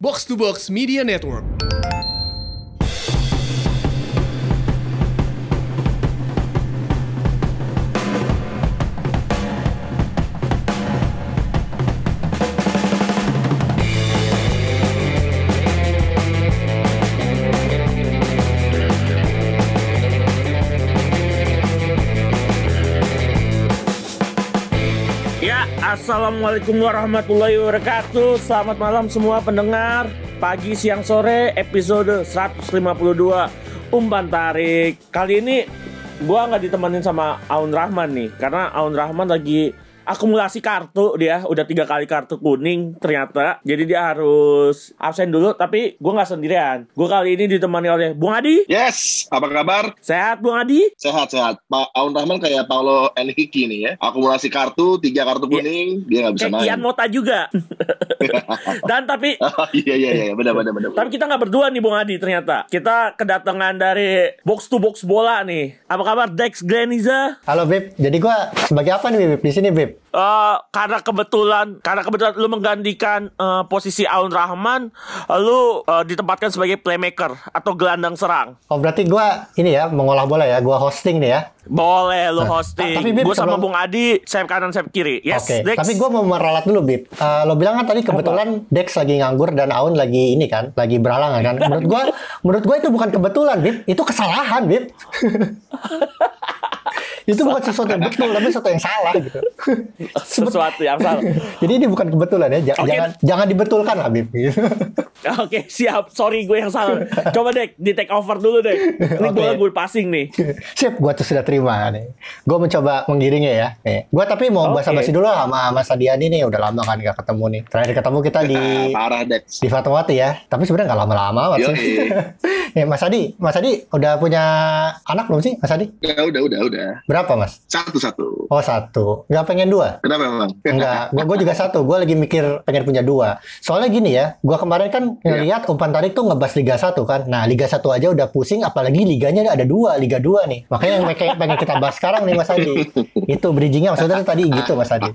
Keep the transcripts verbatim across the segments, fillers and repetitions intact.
Box to Box Media Network. Assalamualaikum warahmatullahi wabarakatuh. Selamat malam semua pendengar. Pagi, siang, sore, episode seratus lima puluh dua Umpan Tarik. Kali ini gue gak ditemenin sama Aun Rahman nih, karena Aun Rahman lagi akumulasi kartu. Dia udah tiga kali kartu kuning ternyata. Jadi dia harus absen dulu. Tapi gue gak sendirian. Gue kali ini ditemani oleh Bung Adi. Yes, apa kabar? Sehat Bung Adi? Sehat-sehat. Pak Aun Rahman kayak Paulo Henrique nih ya. Akumulasi kartu, tiga kartu kuning, ya, dia gak bisa kayak main. Ian Mota juga. Dan tapi Iya, iya, iya, benar-benar. Tapi kita gak berdua nih Bung Adi ternyata. Kita kedatangan dari box to box bola nih. Apa kabar Dex Gleniza? Halo Beb, jadi gue sebagai apa nih Beb di sini Beb? Uh, karena kebetulan karena kebetulan lu menggantikan uh, posisi Aun Rahman, lu uh, ditempatkan sebagai playmaker atau gelandang serang. Oh berarti gue ini ya mengolah bola ya, gue hosting nih ya. Boleh lu hosting. Tapi Beb, gue sama sebelum... Bung Adi sayap kanan sayap kiri. Yes. Oke. Okay, tapi gue mau meralat dulu Beb. Uh, lo bilang kan tadi kebetulan apa? Dex lagi nganggur dan Aun lagi ini kan, lagi beralangan kan. Menurut gue, menurut gue itu bukan kebetulan Beb, itu kesalahan Beb. Itu bukan sesuatu yang betul, tapi sesuatu yang salah gitu. Sesuatu yang salah. Jadi ini bukan kebetulan ya. J- okay. Jangan jangan dibetulkan Habib. Gitu. Oke, okay, siap. Sorry gue yang salah. Coba Dek, di take over dulu Dek. Ini okay. Gue passing nih. Sip, gue tuh sudah terima nih. Gue mencoba menggiringnya ya. Nih. Gue tapi mau okay. basa-basi dulu sama Mas Adiani nih. Udah lama kan gak ketemu nih. Terakhir ketemu kita di Parah Dex. Di Fatmawati ya. Tapi sebenarnya gak lama-lama Mas. Ya, Mas Adi, Mas Adi udah punya anak belum sih Mas Adi? Ya, udah, udah, udah. Berapa Mas? Satu-satu. Oh satu. Gak pengen dua? Kenapa memang? Enggak, gue juga satu. Gue lagi mikir pengen punya dua. Soalnya gini ya, gue kemarin kan ngelihat yeah. Umpan Tarik tuh ngebahas Liga satu kan. Nah Liga satu aja udah pusing, apalagi liganya ada dua, Liga dua nih. Makanya yang pengen kita bahas sekarang nih Mas Adi. Itu bridgingnya maksudnya tadi gitu Mas Adi.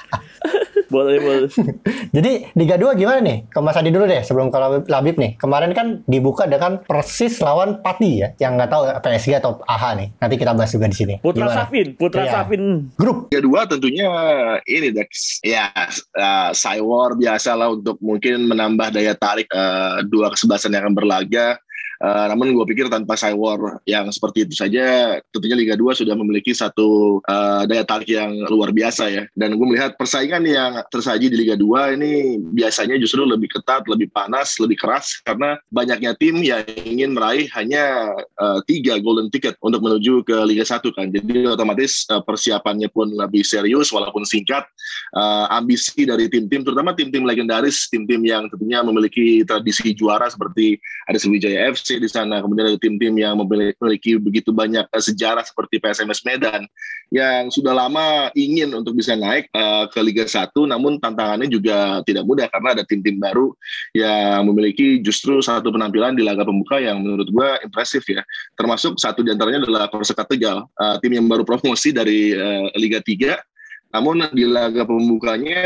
Boleh, boleh. Jadi Liga dua gimana nih? Ke Mas Adi dulu deh sebelum ke Labib nih. Kemarin kan dibuka dengan Persis lawan Pati ya, yang nggak tahu P S G atau A H nih. Nanti kita bahas juga di sini. Putra gimana? Safin, Putra ya. Safin. Grup. Liga dua tentunya ini Dex. Ya, uh, Cywar biasa lah untuk mungkin menambah daya tarik uh, dua kesebelasan yang akan berlaga. Uh, namun gue pikir tanpa Cywar yang seperti itu saja, tentunya Liga dua sudah memiliki satu uh, daya tarik yang luar biasa ya. Dan gue melihat persaingan yang tersaji di Liga dua ini biasanya justru lebih ketat, lebih panas, lebih keras, karena banyaknya tim yang ingin meraih hanya uh, tiga golden ticket untuk menuju ke Liga satu kan. Jadi otomatis uh, persiapannya pun lebih serius walaupun singkat. Uh, ambisi dari tim-tim, terutama tim-tim legendaris, tim-tim yang tentunya memiliki tradisi juara seperti ada Sriwijaya F C di sana, kemudian ada tim-tim yang memiliki begitu banyak uh, sejarah seperti P S M S Medan yang sudah lama ingin untuk bisa naik uh, ke Liga satu, namun tantangannya juga tidak mudah karena ada tim-tim baru yang memiliki justru satu penampilan di laga pembuka yang menurut gue impresif ya, termasuk satu diantaranya adalah Perseka Tegal, uh, tim yang baru promosi dari uh, Liga tiga, namun di laga pembukanya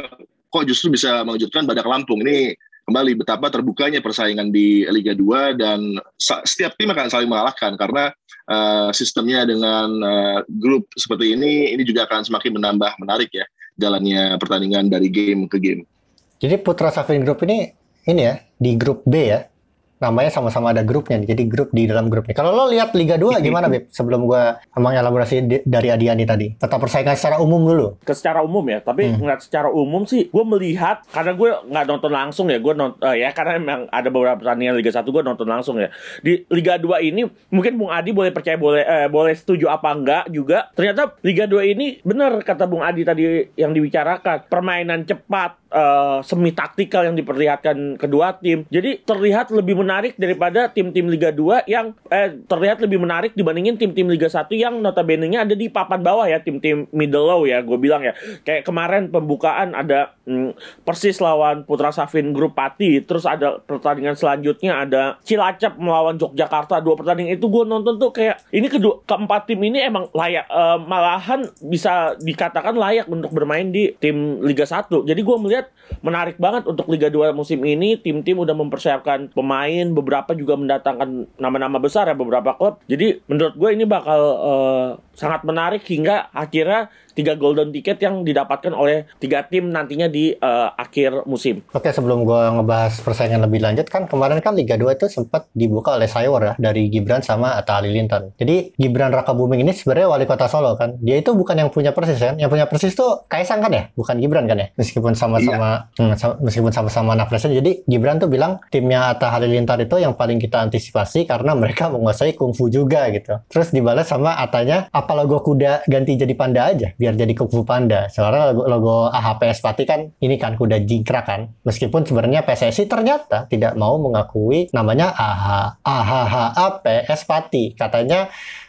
kok justru bisa mengejutkan Badak Lampung. Ini kembali betapa terbukanya persaingan di Liga dua dan setiap tim akan saling mengalahkan karena uh, sistemnya dengan uh, grup seperti ini ini juga akan semakin menambah menarik ya jalannya pertandingan dari game ke game. Jadi Putra Safin Group ini ini ya di grup B ya. Namanya sama-sama ada grupnya, jadi grup di dalam grup nih. Kalau lo lihat Liga dua gimana, Beb? Sebelum gue emang elaborasi di, dari Adiani tadi. Tetap persaingan secara umum dulu. Ke secara umum ya, tapi hmm. ngeliat secara umum sih, gue melihat, karena gue nggak nonton langsung ya, gue nonton, uh, ya karena memang ada beberapa pertandingan Liga satu gue nonton langsung ya. Di Liga dua ini, mungkin Bung Adi boleh percaya, boleh eh, boleh setuju apa enggak juga. Ternyata Liga dua ini, benar kata Bung Adi tadi yang dibicarakan, permainan cepat, uh, semi taktikal yang diperlihatkan kedua tim. Jadi terlihat lebih menarik daripada tim-tim Liga dua yang eh, terlihat lebih menarik dibandingin tim-tim Liga satu yang notabene-nya ada di papan bawah ya, tim-tim middle low ya, gue bilang ya. Kayak kemarin pembukaan ada hmm, Persis lawan Putra Safin Grup Pati, terus ada pertandingan selanjutnya ada Cilacap melawan Yogyakarta. Dua pertandingan itu gue nonton tuh kayak ini kedua keempat tim ini emang layak, uh, malahan bisa dikatakan layak untuk bermain di tim Liga satu. Jadi gue melihat lihat menarik banget untuk Liga dua musim ini. Tim-tim udah mempersiapkan pemain, beberapa juga mendatangkan nama-nama besar ya, beberapa klub. Jadi menurut gue ini bakal uh, sangat menarik hingga akhirnya tiga golden ticket yang didapatkan oleh tiga tim nantinya di uh, akhir musim. Oke, sebelum gue ngebahas persaingan lebih lanjut, kan kemarin kan Liga dua itu sempat dibuka oleh Saywar ya, dari Gibran sama Atta Halilintar. Jadi Gibran Rakabuming ini sebenarnya wali kota Solo kan. Dia itu bukan yang punya Persis kan. Yang punya Persis tuh Kaisang kan ya, bukan Gibran kan ya. Meskipun sama-sama iya. hmm, meskipun sama-sama anak presiden. Jadi Gibran tuh bilang timnya Atta Halilintar itu yang paling kita antisipasi karena mereka menguasai kungfu juga gitu. Terus dibalas sama Atanya, apa logo kuda ganti jadi panda aja biar jadi kungfu panda. Soalnya logo, logo A H P S Pati kan ini kan kuda jingkrak kan. Meskipun sebenarnya P S S I ternyata tidak mau mengakui namanya A H A P S Pati. Katanya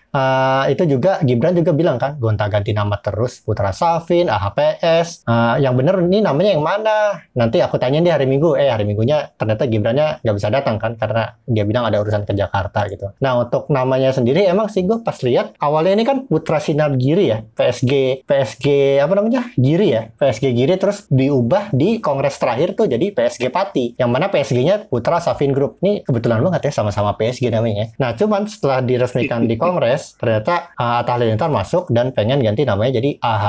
Uh, itu juga Gibran juga bilang kan gonta-ganti nama terus, Putra Safin, A H P S, uh, yang bener ini namanya yang mana? Nanti aku tanyain di hari Minggu. Eh hari Minggunya ternyata Gibrannya nggak bisa datang kan karena dia bilang ada urusan ke Jakarta gitu. Nah untuk namanya sendiri emang sih gue pas lihat awalnya ini kan Putra Sinar Giri ya, P S G P S G apa namanya Giri ya, P S G Giri, terus diubah di kongres terakhir tuh jadi P S G Pati, yang mana P S G-nya Putra Safin Group. Ini kebetulan banget ya sama-sama P S G namanya. Nah cuman setelah diresmikan di kongres ternyata uh, Atta Halilintar masuk dan pengen ganti namanya jadi A H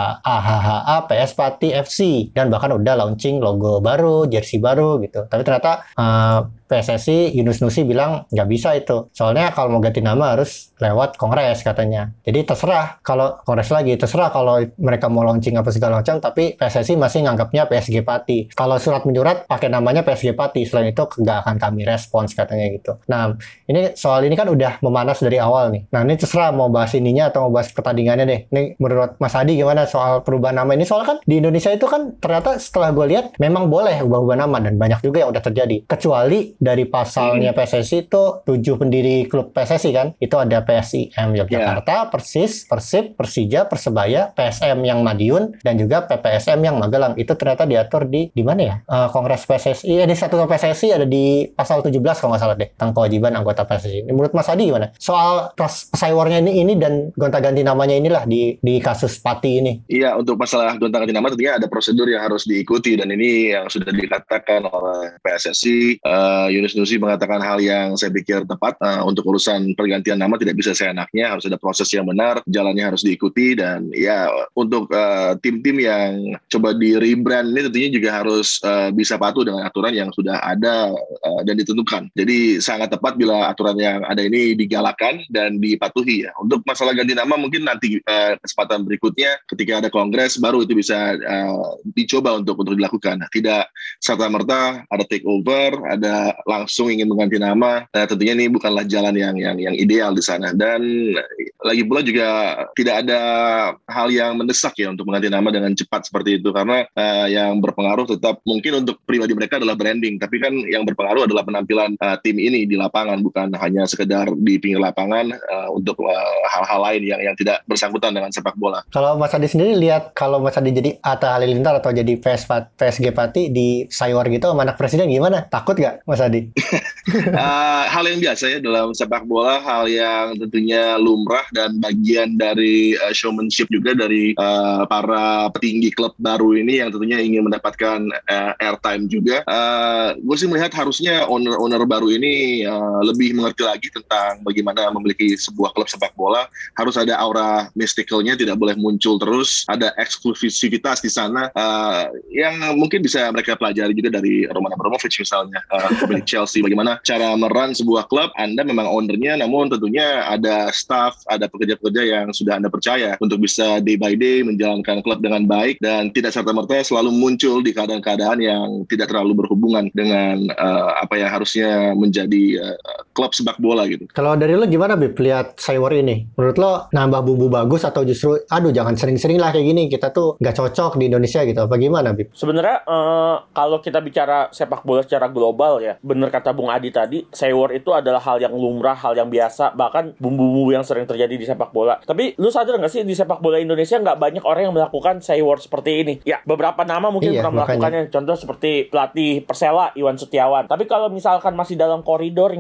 A P S Pati F C, dan bahkan udah launching logo baru, jersey baru gitu. Tapi ternyata uh, P S S I Yunus Nusi bilang nggak bisa itu. Soalnya kalau mau ganti nama harus lewat kongres katanya. Jadi terserah kalau kongres lagi, terserah kalau mereka mau launching apa segala macam, tapi P S S I masih nganggapnya P S G Pati. Kalau surat menyurat pakai namanya P S G Pati, selain itu nggak akan kami respons katanya gitu. Nah, ini soal ini kan udah memanas dari awal nih. Nah, ini terserah mau bahas ininya atau mau bahas pertandingannya deh. Ini menurut Mas Adi gimana soal perubahan nama ini? Soalnya kan di Indonesia itu kan ternyata setelah gue lihat memang boleh ubah-ubah nama dan banyak juga yang udah terjadi. Kecuali dari pasalnya P S S I itu tujuh pendiri klub P S S I kan, itu ada P S I M Yogyakarta, yeah. Persis, Persib, Persija, Persebaya, P S M yang Madiun, dan juga P P S M yang Magelang. Itu ternyata diatur di di mana ya? Uh, Kongres P S S I, ya di satu P S S I ada di pasal tujuh belas kalau nggak salah deh, tentang kewajiban anggota P S S I. Menurut Mas Adi gimana? Soal Saywar-nya ini ini dan gonta-ganti namanya inilah di di kasus Pati ini. Iya, untuk masalah gonta-ganti nama tentunya ada prosedur yang harus diikuti, dan ini yang sudah dikatakan oleh P S S I. Uh, Yunus Nusi mengatakan hal yang saya pikir tepat. Uh, untuk urusan pergantian nama tidak bisa seenaknya, harus ada proses yang benar, jalannya harus diikuti, dan ya untuk uh, tim-tim yang coba di rebrand ini tentunya juga harus uh, bisa patuh dengan aturan yang sudah ada uh, dan ditentukan. Jadi sangat tepat bila aturan yang ada ini digalakan dan dipatuhi ya. Untuk masalah ganti nama mungkin nanti uh, kesempatan berikutnya ketika ada kongres baru itu bisa uh, dicoba untuk untuk dilakukan. Tidak serta-merta ada take over, ada langsung ingin mengganti nama. Nah, tentunya ini bukanlah jalan yang yang yang ideal di sana, dan lagi pula juga tidak ada hal yang mendesak ya untuk mengganti nama dengan cepat seperti itu, karena uh, yang berpengaruh tetap mungkin untuk pribadi mereka adalah branding, tapi kan yang berpengaruh adalah penampilan uh, tim ini di lapangan, bukan hanya sekedar di pinggir lapangan uh, untuk uh, hal-hal lain yang yang tidak bersangkutan dengan sepak bola. Kalau Mas Adi sendiri lihat kalau Mas Adi jadi Atta Halilintar atau jadi P S G Pati di Saywar gitu sama anak presiden gimana? Takut nggak Mas Adi? uh, hal yang biasa ya dalam sepak bola, hal yang tentunya lumrah dan bagian dari uh, showmanship juga dari uh, para petinggi klub baru ini yang tentunya ingin mendapatkan uh, airtime juga. Uh, gue sih melihat harusnya owner-owner baru ini uh, lebih mengerti lagi tentang bagaimana memiliki sebuah klub sepak bola. Harus ada aura mysticalnya, tidak boleh muncul terus. Ada eksklusivitas di sana uh, yang mungkin bisa mereka pelajari juga dari Roman Abramovich misalnya, uh, pemilik Chelsea. Bagaimana cara meran sebuah klub, Anda memang ownernya, namun tentunya ada staff, ada pekerja-pekerja yang sudah Anda percaya untuk bisa day by day menjalankan klub dengan baik dan tidak serta-merta selalu muncul di keadaan-keadaan yang tidak terlalu berhubungan dengan uh, apa yang harusnya menjadi uh, klub sepak bola gitu. Kalau dari lo gimana Bib lihat Saywar ini? Menurut lo nambah bumbu bagus atau justru aduh jangan sering-sering lah kayak gini, kita tuh nggak cocok di Indonesia gitu, apa gimana Bib? Sebenarnya uh, kalau kita bicara sepak bola secara global ya, bener kata Bung Adi tadi, Saywar itu adalah hal yang lumrah, hal yang biasa, bahkan bumbu-bumbu yang sering terjadi di sepak bola. Tapi lu sadar nggak sih di sepak bola Indonesia nggak banyak orang yang melakukan Saywar seperti ini? Ya beberapa nama mungkin iya, pernah makanya melakukannya, contoh seperti pelatih Persela Iwan Setiawan. Tapi kalau misalkan masih dalam koridornya, masih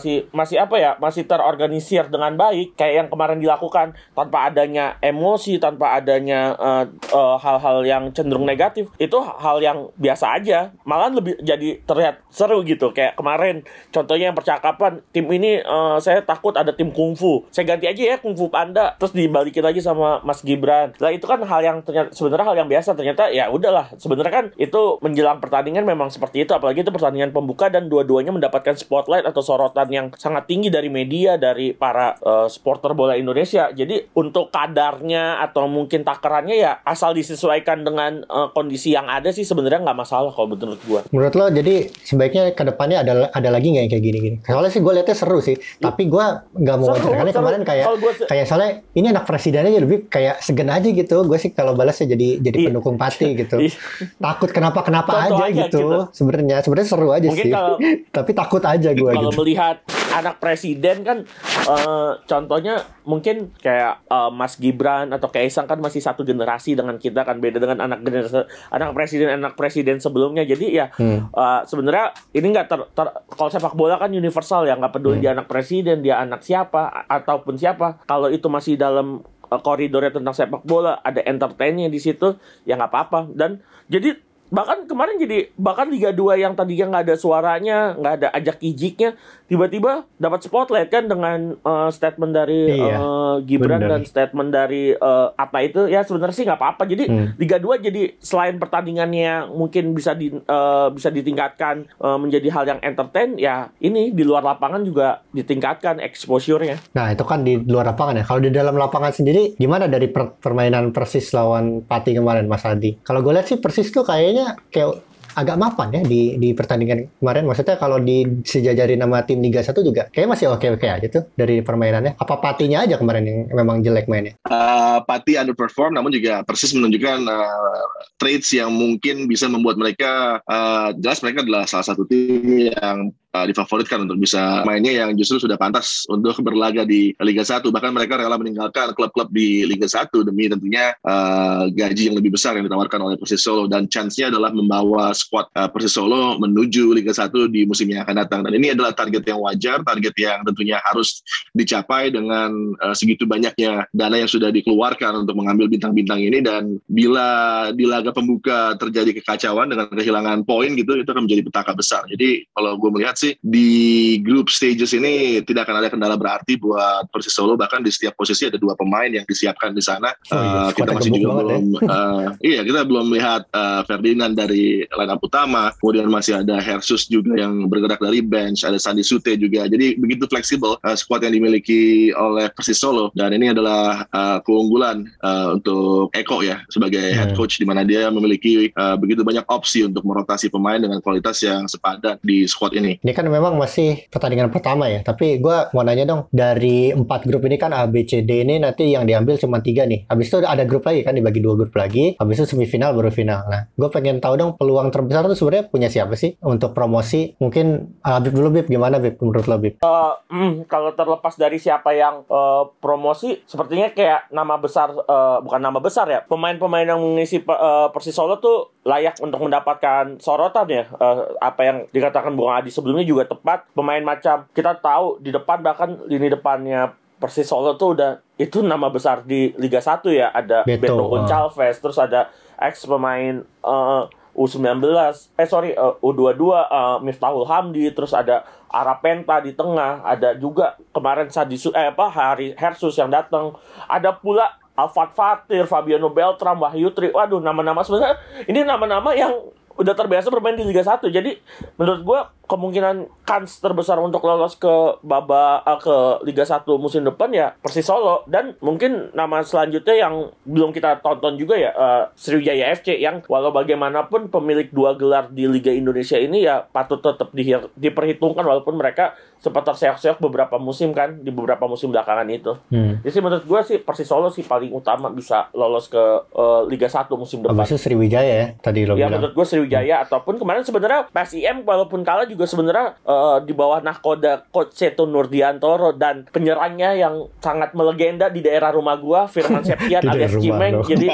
masih masih apa ya masih terorganisir dengan baik kayak yang kemarin dilakukan tanpa adanya emosi, tanpa adanya uh, uh, hal-hal yang cenderung negatif, itu hal yang biasa aja, malah lebih jadi terlihat seru gitu. Kayak kemarin contohnya yang percakapan tim ini uh, saya takut ada tim kungfu, saya ganti aja ya kungfu panda, terus dibalikin lagi sama Mas Gibran. Nah itu kan hal yang ternyata sebenarnya hal yang biasa, ternyata ya udahlah, sebenarnya kan itu menjelang pertandingan memang seperti itu, apalagi itu pertandingan pembuka dan dua-duanya mendapatkan spotlight atau sorotan yang sangat tinggi dari media, dari para uh, supporter bola Indonesia. Jadi untuk kadarnya atau mungkin takarannya ya asal disesuaikan dengan uh, kondisi yang ada sih sebenarnya nggak masalah kalau menurut gua. Menurut lo jadi sebaiknya ke depannya ada ada lagi nggak yang kayak gini-gini? Soalnya sih gue liatnya seru sih, ya. Tapi gue nggak mau wajar karena kemarin kayak se- kayak soalnya ini anak presidennya jadi lebih kayak segen aja gitu. Gue sih kalau balasnya jadi jadi I, pendukung Pati gitu. I, takut kenapa kenapa aja, aja gitu. gitu. Sebenarnya sebenarnya seru aja mungkin sih. Kalau, tapi takut aja gue. Kalau gitu. melihat anak presiden kan, uh, contohnya mungkin kayak uh, Mas Gibran atau Kaisang kan masih satu generasi dengan kita kan, beda dengan anak generasi anak presiden anak presiden sebelumnya. Jadi ya hmm. uh, sebenarnya ini nggak ter, ter kalau sepak bola kan universal ya, nggak peduli hmm. dia anak presiden, dia anak siapa ataupun siapa. Kalau itu masih dalam uh, koridornya tentang sepak bola, ada entertainnya di situ, ya nggak apa-apa. Dan jadi bahkan kemarin jadi bahkan Liga dua yang tadinya nggak ada suaranya, nggak ada ajak ijiknya, tiba-tiba dapat spotlight kan dengan uh, statement dari iya, uh, Gibran bener. Dan statement dari uh, Atta itu ya sebenarnya sih nggak apa-apa. Jadi hmm. Liga dua jadi selain pertandingannya mungkin bisa di uh, bisa ditingkatkan uh, menjadi hal yang entertain, ya ini di luar lapangan juga ditingkatkan exposure-nya. Nah itu kan di luar lapangan ya. Kalau di dalam lapangan sendiri gimana dari per- permainan Persis lawan Pati kemarin, Mas Adi? Kalau gue lihat sih Persis tuh kayaknya kayak agak mapan ya di di pertandingan kemarin. Maksudnya kalau di sejajarin nama tim Liga satu juga kayak masih oke-oke aja tuh dari permainannya. Apa Patinya aja kemarin yang memang jelek mainnya? Uh, Pati underperform, namun juga Persis menunjukkan uh, traits yang mungkin bisa membuat mereka uh, jelas mereka adalah salah satu tim yang uh, difavoritkan untuk bisa mainnya yang justru sudah pantas untuk berlaga di Liga satu. Bahkan mereka rela meninggalkan klub-klub di Liga satu demi tentunya uh, gaji yang lebih besar yang ditawarkan oleh Persis Solo, dan chance-nya adalah membawa squad uh, Persis Solo menuju Liga satu di musim yang akan datang. Dan ini adalah target yang wajar, target yang tentunya harus dicapai dengan uh, segitu banyaknya dana yang sudah dikeluarkan untuk mengambil bintang-bintang ini. Dan bila di laga pembuka terjadi kekacauan dengan kehilangan poin gitu, itu akan menjadi petaka besar. Jadi kalau gue melihat sih di group stages ini tidak akan ada kendala berarti buat Persis Solo. Bahkan di setiap posisi ada dua pemain yang disiapkan di sana. Oh, iya. uh, kita masih juga belum ya? uh, iya kita belum melihat uh, Ferdinand dari line utama, kemudian masih ada Hersus juga yang bergerak dari bench, ada Sandi Sute juga. Jadi begitu fleksibel uh, squad yang dimiliki oleh Persis Solo, dan ini adalah uh, keunggulan uh, untuk Eko ya sebagai hmm. head coach, di mana dia memiliki uh, begitu banyak opsi untuk merotasi pemain dengan kualitas yang sepadan di squad ini. Ini kan memang masih pertandingan pertama ya, tapi gue mau nanya dong, dari empat grup ini kan A, B, C, D ini nanti yang diambil cuma tiga nih. Habis itu ada grup lagi kan, dibagi dua grup lagi. Habis itu semifinal baru final. Nah, gue pengen tahu dong peluang terbesar tuh sebenarnya punya siapa sih untuk promosi? Mungkin uh, Bib dulu, Bib. Gimana, Bib, menurut lo, Bib? Uh, mm, kalau terlepas dari siapa yang uh, promosi, sepertinya kayak nama besar, uh, bukan nama besar ya, pemain-pemain yang mengisi uh, Persis Solo tuh layak untuk mendapatkan sorotan ya. Uh, apa yang dikatakan Bung Adi sebelumnya juga tepat. Pemain macam kita tahu di depan, bahkan lini depannya Persis Solo tuh udah itu nama besar di Liga satu ya. Ada Beto, Beto Goncalves, uh. terus ada ex pemain uh, U sembilan belas, eh sorry uh, U dua puluh dua uh, Miftahul Hamdi, terus ada Arapenta di tengah, ada juga kemarin Sadisu eh apa Hari Hersus yang datang, ada pula Alfat Fatir, Fabiano Beltram, Wahyu Tri. Waduh, nama-nama sebenarnya ini nama-nama yang udah terbiasa bermain di Liga satu. Jadi menurut gue kemungkinan kans terbesar untuk lolos ke baba uh, ke Liga satu musim depan ya Persis Solo. Dan mungkin nama selanjutnya yang belum kita tonton juga ya uh, Sriwijaya F C, yang walau bagaimanapun pemilik dua gelar di Liga Indonesia ini ya patut tetap di, diperhitungkan, walaupun mereka sempat terseok-seok beberapa musim kan di beberapa musim belakangan itu. Hmm. Jadi menurut gue sih Persis Solo sih paling utama bisa lolos ke uh, Liga satu musim depan. Abis itu Sriwijaya ya tadi lo ya, bilang. Menurut gue Sriwijaya hmm. ataupun kemarin sebenarnya P S I M walaupun kalah juga juga sebenarnya uh, di bawah nahkoda Coach Seto Nurdiantoro dan penyerangnya yang sangat melegenda di daerah rumah gua, Firman Septian alias Cimeng. Jadi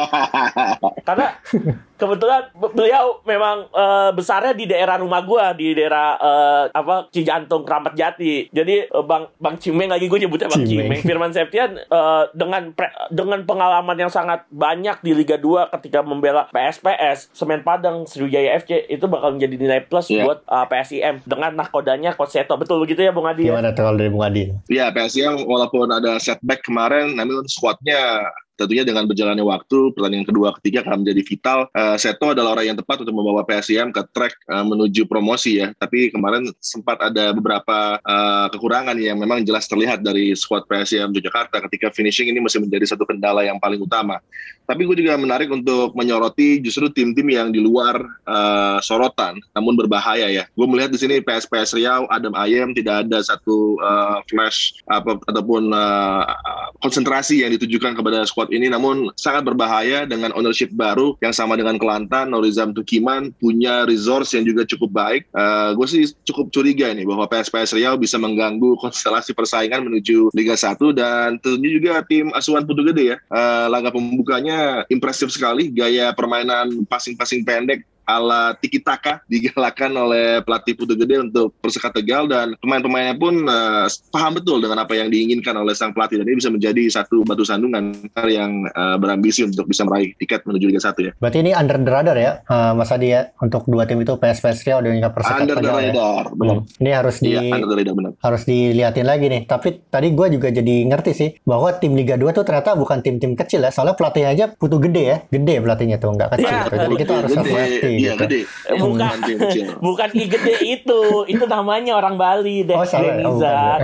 karena kebetulan beliau memang uh, besarnya di daerah rumah gua, di daerah uh, apa Cijantung, Kramat Jati. Jadi uh, Bang Bang Cimeng lagi gue nyebutnya Bang Cimeng. Cimeng. Firman Septian uh, dengan pre, dengan pengalaman yang sangat banyak di Liga dua ketika membela P S P S, Semen Padang, Sriwijaya F C, itu bakal menjadi nilai plus yeah. buat uh, P S I M dengan nahkodanya Coach Seto. Betul begitu ya Bung Adi? Gimana tuh kalau dari Bung Adi? Iya, P S I M walaupun ada setback kemarin, namun squadnya tentunya dengan berjalannya waktu, pertandingan kedua, ketiga akan menjadi vital. Uh, Seto adalah orang yang tepat untuk membawa P S I M ke track uh, menuju promosi ya. Tapi kemarin sempat ada beberapa uh, kekurangan yang memang jelas terlihat dari squad P S I M Yogyakarta ketika finishing ini masih menjadi satu kendala yang paling utama. Tapi gue juga menarik untuk menyoroti justru tim-tim yang di luar uh, sorotan, namun berbahaya ya. Gue melihat di sini P S P S Riau, Adam Ayem tidak ada satu uh, flash apa, ataupun uh, konsentrasi yang ditujukan kepada squad ini, namun sangat berbahaya dengan ownership baru yang sama dengan Kelantan. Norizam Tukiman punya resource yang juga cukup baik. Uh, gue sih cukup curiga ini bahwa P S P S Riau bisa mengganggu konstelasi persaingan menuju Liga satu, dan tentunya juga tim asuhan Putu Gede ya. Uh, laga pembukanya impresif sekali, gaya permainan passing-passing pendek ala Tiki Taka digalakan oleh pelatih Putu Gede untuk Perseka Tegal, dan pemain-pemainnya pun uh, paham betul dengan apa yang diinginkan oleh sang pelatih, dan ini bisa menjadi satu batu sandungan yang uh, berambisi untuk bisa meraih tiket menuju Liga satu ya. Berarti ini under the radar ya uh, Mas Adi ya, untuk dua tim itu P S P S Riau dan juga Perseka under Tegal ya. Benar. Hmm. Ini harus di iya, under the radar, benar. Harus dilihatin lagi nih. Tapi tadi gue juga jadi ngerti sih bahwa tim Liga dua tuh ternyata bukan tim-tim kecil ya, soalnya pelatihnya aja Putu Gede ya, gede pelatihnya tuh, nggak kecil. Ya, gitu. Jadi kita harus hati-hati. Iya, gitu. gede. Bukan, bukan I gede itu, itu namanya orang Bali deh. Oh, salah. Oh,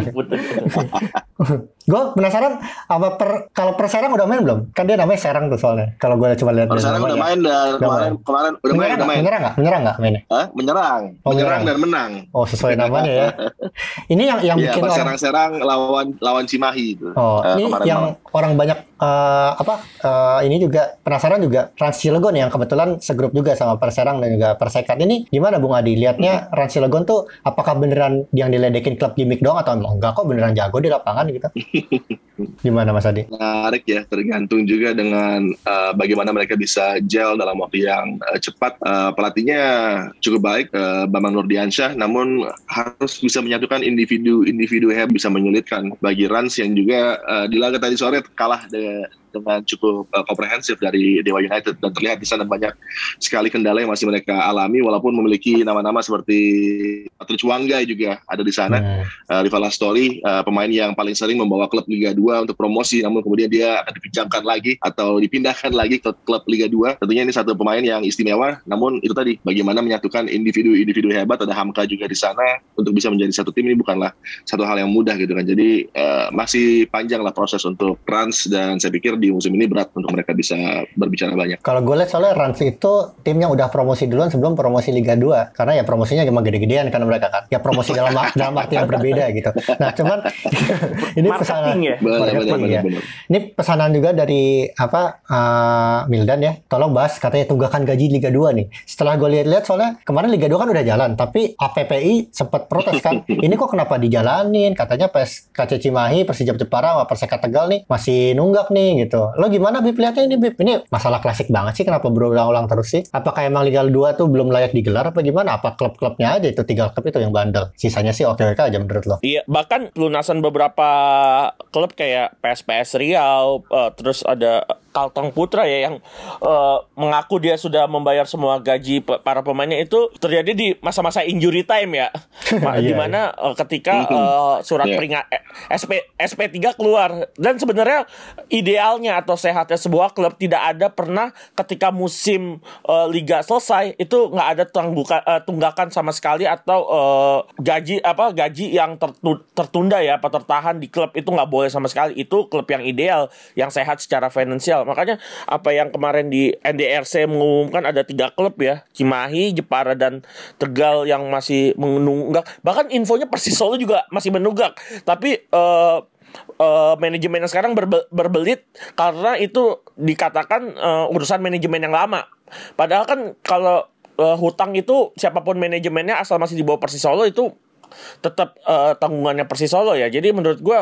gue penasaran apa per, kalau Perserang udah main belum? Kan dia namanya Serang tuh soalnya. Kalau gue cuma lihat Perserang udah main dan kemarin kemarin udah main, udah main. Menyerang nggak? Menyerang nggak mainnya? Hah? Menyerang. Oh, menyerang menyerang dan menang. Oh, sesuai namanya ya. Ini yang yang ya, bikin orang Serang-Serang lawan lawan Cimahi itu. Oh, uh, ini yang malam. Orang banyak uh, apa uh, ini juga penasaran juga Rans Cilegon yang kebetulan segrup juga sama Perserang dan juga Persekat. Ini gimana Bung Adi? Lihatnya hmm. Rans Cilegon tuh apakah beneran yang diledekin klub gimmick doang atau enggak kok beneran jago di lapangan gitu? Gimana Mas Adi? Menarik ya, tergantung juga dengan uh, bagaimana mereka bisa gel dalam waktu yang uh, cepat. Uh, pelatihnya cukup baik, uh, Bambang Nurdiansyah, namun harus bisa menyatukan individu-individu yang bisa menyulitkan bagi Rans yang juga uh, di laga tadi sore kalah de- dengan cukup uh, komprehensif dari Dewa United, dan terlihat di sana banyak sekali kendala yang masih mereka alami walaupun memiliki nama-nama seperti Patrick Wanggai juga ada di sana. Hmm. Uh, Rival Astori, uh, pemain yang paling sering membawa klub Liga dua untuk promosi, namun kemudian dia akan dipinjamkan lagi atau dipindahkan lagi ke klub Liga dua. Tentunya ini satu pemain yang istimewa, namun itu tadi bagaimana menyatukan individu-individu hebat. Ada Hamka juga di sana untuk bisa menjadi satu tim, ini bukanlah satu hal yang mudah gitu kan. Jadi uh, masih panjang lah proses untuk Rans, dan saya pikir di musim ini berat untuk mereka bisa berbicara banyak. Kalau gue lihat soalnya Rans itu timnya udah promosi duluan sebelum promosi Liga dua, karena ya promosinya cuma gede-gedean kan mereka kan. Ya promosi dalam dalam arti yang berbeda gitu. Nah cuman ini pesanan ya. Benar, benar, benar, ya. benar. Ini pesanan juga dari apa uh, Mildan ya. Tolong bahas katanya tunggakan gaji Liga dua nih. Setelah gue lihat-lihat soalnya kemarin Liga dua kan udah jalan, tapi A P P I sempat protes kan. Ini kok kenapa dijalanin? Katanya P S K C Cimahi, Persijap Jepara, sama Perseka Tegal nih masih nunggak nih gitu. Lo gimana Bip lihatnya ini Bip? Ini masalah klasik banget sih, kenapa berulang-ulang terus sih? Apakah emang Liga dua tuh belum layak digelar apa gimana? Apa klub-klubnya aja itu tiga klub itu yang bandel? Sisanya sih oke oke aja menurut lo? Iya, bahkan pelunasan beberapa klub kayak P S P S Riau, uh, terus ada Kalteng Putra ya yang uh, mengaku dia sudah membayar semua gaji pe- para pemainnya, itu terjadi di masa-masa injury time ya. Di mana uh, ketika uh, surat yeah. peringat eh, S P S P tiga keluar, dan sebenarnya idealnya atau sehatnya sebuah klub tidak ada pernah ketika musim uh, liga selesai itu nggak ada tungguka, uh, tunggakan sama sekali atau uh, gaji apa gaji yang tertu- tertunda ya apa tertahan di klub, itu nggak boleh sama sekali. Itu klub yang ideal, yang sehat secara finansial. Makanya apa yang kemarin di N D R C mengumumkan ada tiga klub ya, Cimahi, Jepara, dan Tegal yang masih menunggak. Bahkan infonya Persis Solo juga masih menunggak. Tapi uh, uh, manajemen yang sekarang berbe- berbelit karena itu dikatakan uh, urusan manajemen yang lama. Padahal kan kalau uh, hutang itu siapapun manajemennya asal masih di bawah Persis Solo itu tetap uh, tanggungannya Persis Solo ya. Jadi menurut gue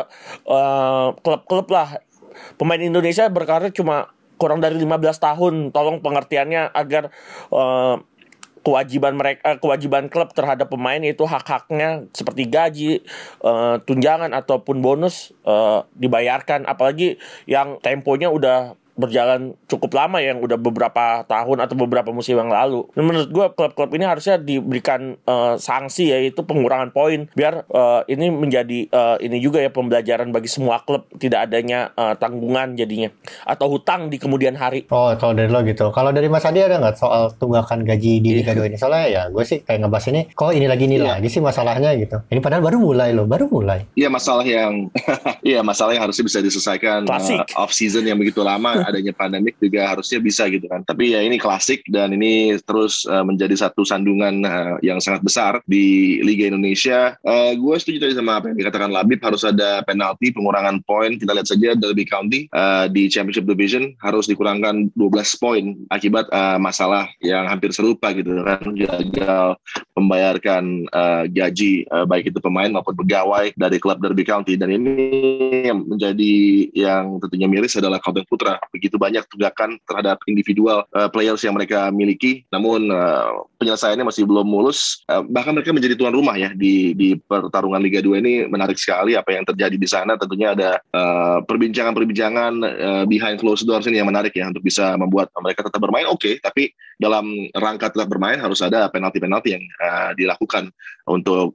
uh, klub-klub lah, pemain Indonesia berkarir cuma kurang dari lima belas tahun. Tolong pengertiannya agar uh, kewajiban mereka, kewajiban klub terhadap pemain itu hak-haknya seperti gaji, uh, tunjangan ataupun bonus uh, dibayarkan. Apalagi yang temponya udah berjalan cukup lama, yang udah beberapa tahun atau beberapa musim yang lalu. Dan menurut gue klub-klub ini harusnya diberikan uh, sanksi, yaitu pengurangan poin, biar uh, ini menjadi uh, ini juga ya pembelajaran bagi semua klub, tidak adanya uh, tanggungan jadinya atau hutang di kemudian hari. Oh, kalau dari lo gitu. Kalau dari Mas Adi ada nggak soal tunggakan gaji di Liga dua ini? Soalnya ya gue sih kayak ngebahas ini, kok ini lagi ini Iya. lagi sih masalahnya gitu. Ini padahal baru mulai loh, baru mulai. Iya, masalah yang iya masalah yang harusnya bisa diselesaikan Klasik. uh, off season yang begitu lama, adanya pandemik juga harusnya bisa gitu kan. Tapi ya ini klasik dan ini terus uh, menjadi satu sandungan uh, yang sangat besar di Liga Indonesia. Uh, gue setuju tadi sama apa yang dikatakan Labib, harus ada penalti, pengurangan poin. Kita lihat saja Derby County uh, di Championship Division harus dikurangkan dua belas poin akibat uh, masalah yang hampir serupa gitu kan, gagal membayarkan uh, gaji uh, baik itu pemain maupun pegawai dari klub Derby County. Dan ini yang menjadi yang tentunya miris adalah Kalteng Putra. Begitu banyak tunggakan terhadap individual uh, players yang mereka miliki, namun uh, penyelesaiannya masih belum mulus. Uh, bahkan mereka menjadi tuan rumah ya di di pertarungan Liga dua ini. Menarik sekali apa yang terjadi di sana. Tentunya ada uh, perbincangan-perbincangan uh, behind closed doors ini yang menarik ya, untuk bisa membuat mereka tetap bermain. Oke, okay, tapi dalam rangka tetap bermain harus ada penalti-penalti yang uh, dilakukan untuk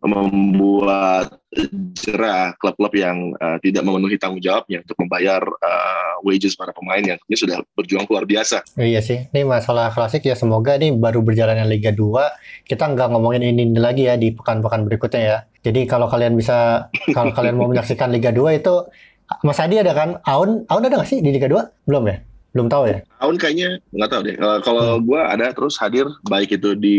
membuat jerah klub-klub yang uh, tidak memenuhi tanggung jawabnya untuk membayar uh, wages para pemain yang ini sudah berjuang luar biasa. Iya sih, ini masalah klasik ya. Semoga ini baru berjalannya Liga dua, kita nggak ngomongin ini lagi ya di pekan-pekan berikutnya ya. Jadi kalau kalian bisa, kalau kalian mau menyaksikan Liga dua itu, Mas Adi ada kan? Aun, Aun ada nggak sih di Liga dua? Belum ya? Belum tahu ya? Aun kayaknya nggak tahu deh. Uh, kalau Hmm. gue ada terus hadir, baik itu di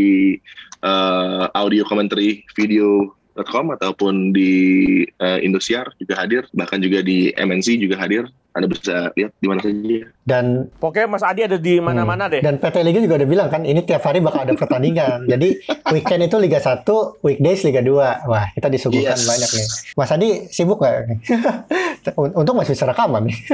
uh, audio commentary video dot com ataupun di uh, Indosiar juga hadir, bahkan juga di M N C juga hadir. Anda bisa lihat di mana saja. Dan Pokoknya Mas Adi ada di mana-mana deh. Dan P T Liga juga udah bilang kan, ini tiap hari bakal ada pertandingan. Jadi weekend itu Liga satu, weekdays Liga dua. Wah, kita disuguhkan Yes. banyak nih. Mas Adi sibuk nggak? Untung masih bisa rekaman nih.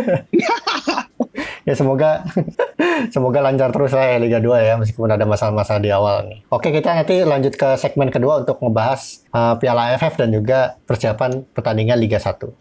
Ya semoga semoga lancar terus lah ya Liga dua ya, meskipun ada masalah-masalah di awal nih. Oke, kita nanti lanjut ke segmen kedua untuk ngebahas uh, Piala A F F dan juga persiapan pertandingan Liga satu.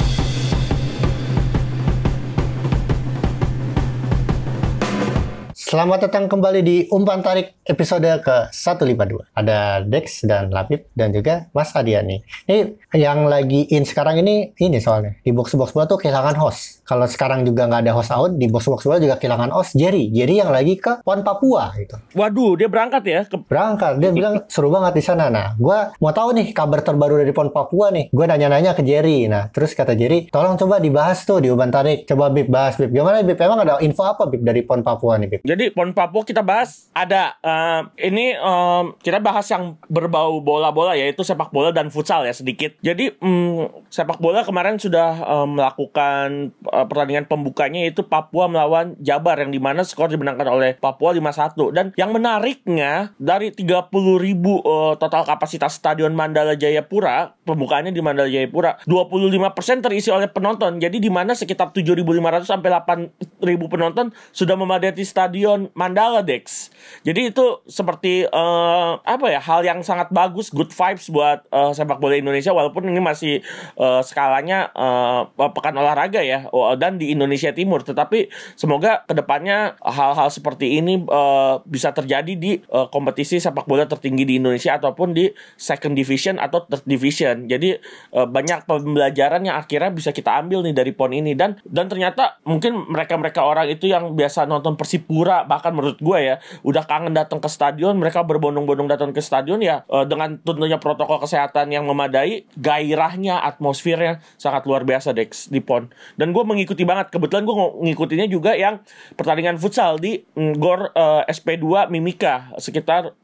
Selamat datang kembali di Umpan Tarik episode ke seratus lima puluh dua. Ada Dex dan Labib dan juga Mas Adiani. Ini yang lagi in sekarang ini, ini soalnya. Di box-box bola tuh kehilangan host. Kalau sekarang juga nggak ada host out, di box-box bola juga kehilangan host Jerry. Jerry yang lagi ke Pon Papua gitu. Waduh, dia berangkat ya ke Berangkat, dia bilang seru banget di sana. Nah, gue mau tahu nih kabar terbaru dari Pon Papua nih. Gue nanya-nanya ke Jerry. Nah, terus kata Jerry, tolong coba dibahas tuh di Umpan Tarik. Coba Bib bahas, Bib. Gimana Bib? Emang ada info apa Bib dari Pon Papua nih Bib? Jadi Pon Papua kita bahas ada uh, ini um, kita bahas yang berbau bola-bola, yaitu sepak bola dan futsal ya sedikit. Jadi um, sepak bola kemarin sudah um, melakukan uh, pertandingan pembukanya, yaitu Papua melawan Jabar, yang dimana skor dimenangkan oleh Papua lima satu. Dan yang menariknya, dari tiga puluh ribu uh, total kapasitas Stadion Mandala Jayapura, pembukaannya di Mandala Jayapura, dua puluh lima persen terisi oleh penonton. Jadi dimana sekitar tujuh ribu lima ratus sampai delapan ribu penonton sudah memadati Stadion Mandala Dex. Jadi itu seperti uh, apa ya, hal yang sangat bagus, good vibes buat uh, sepak bola Indonesia, walaupun ini masih uh, skalanya uh, pekan olahraga ya, dan di Indonesia Timur. Tetapi semoga kedepannya hal-hal seperti ini uh, bisa terjadi di uh, kompetisi sepak bola tertinggi di Indonesia ataupun di second division atau third division. Jadi uh, banyak pembelajaran yang akhirnya bisa kita ambil nih dari pon ini. Dan dan ternyata mungkin mereka-mereka orang itu yang biasa nonton Persipura, bahkan menurut gue ya, udah kangen datang ke stadion, mereka berbondong-bondong datang ke stadion ya, uh, dengan tentunya protokol kesehatan yang memadai, gairahnya, atmosfernya sangat luar biasa Dex di pon. Dan gue mengikuti banget, kebetulan gue ngikutinya juga yang pertandingan futsal di mm, Gor uh, S P dua Mimika, sekitar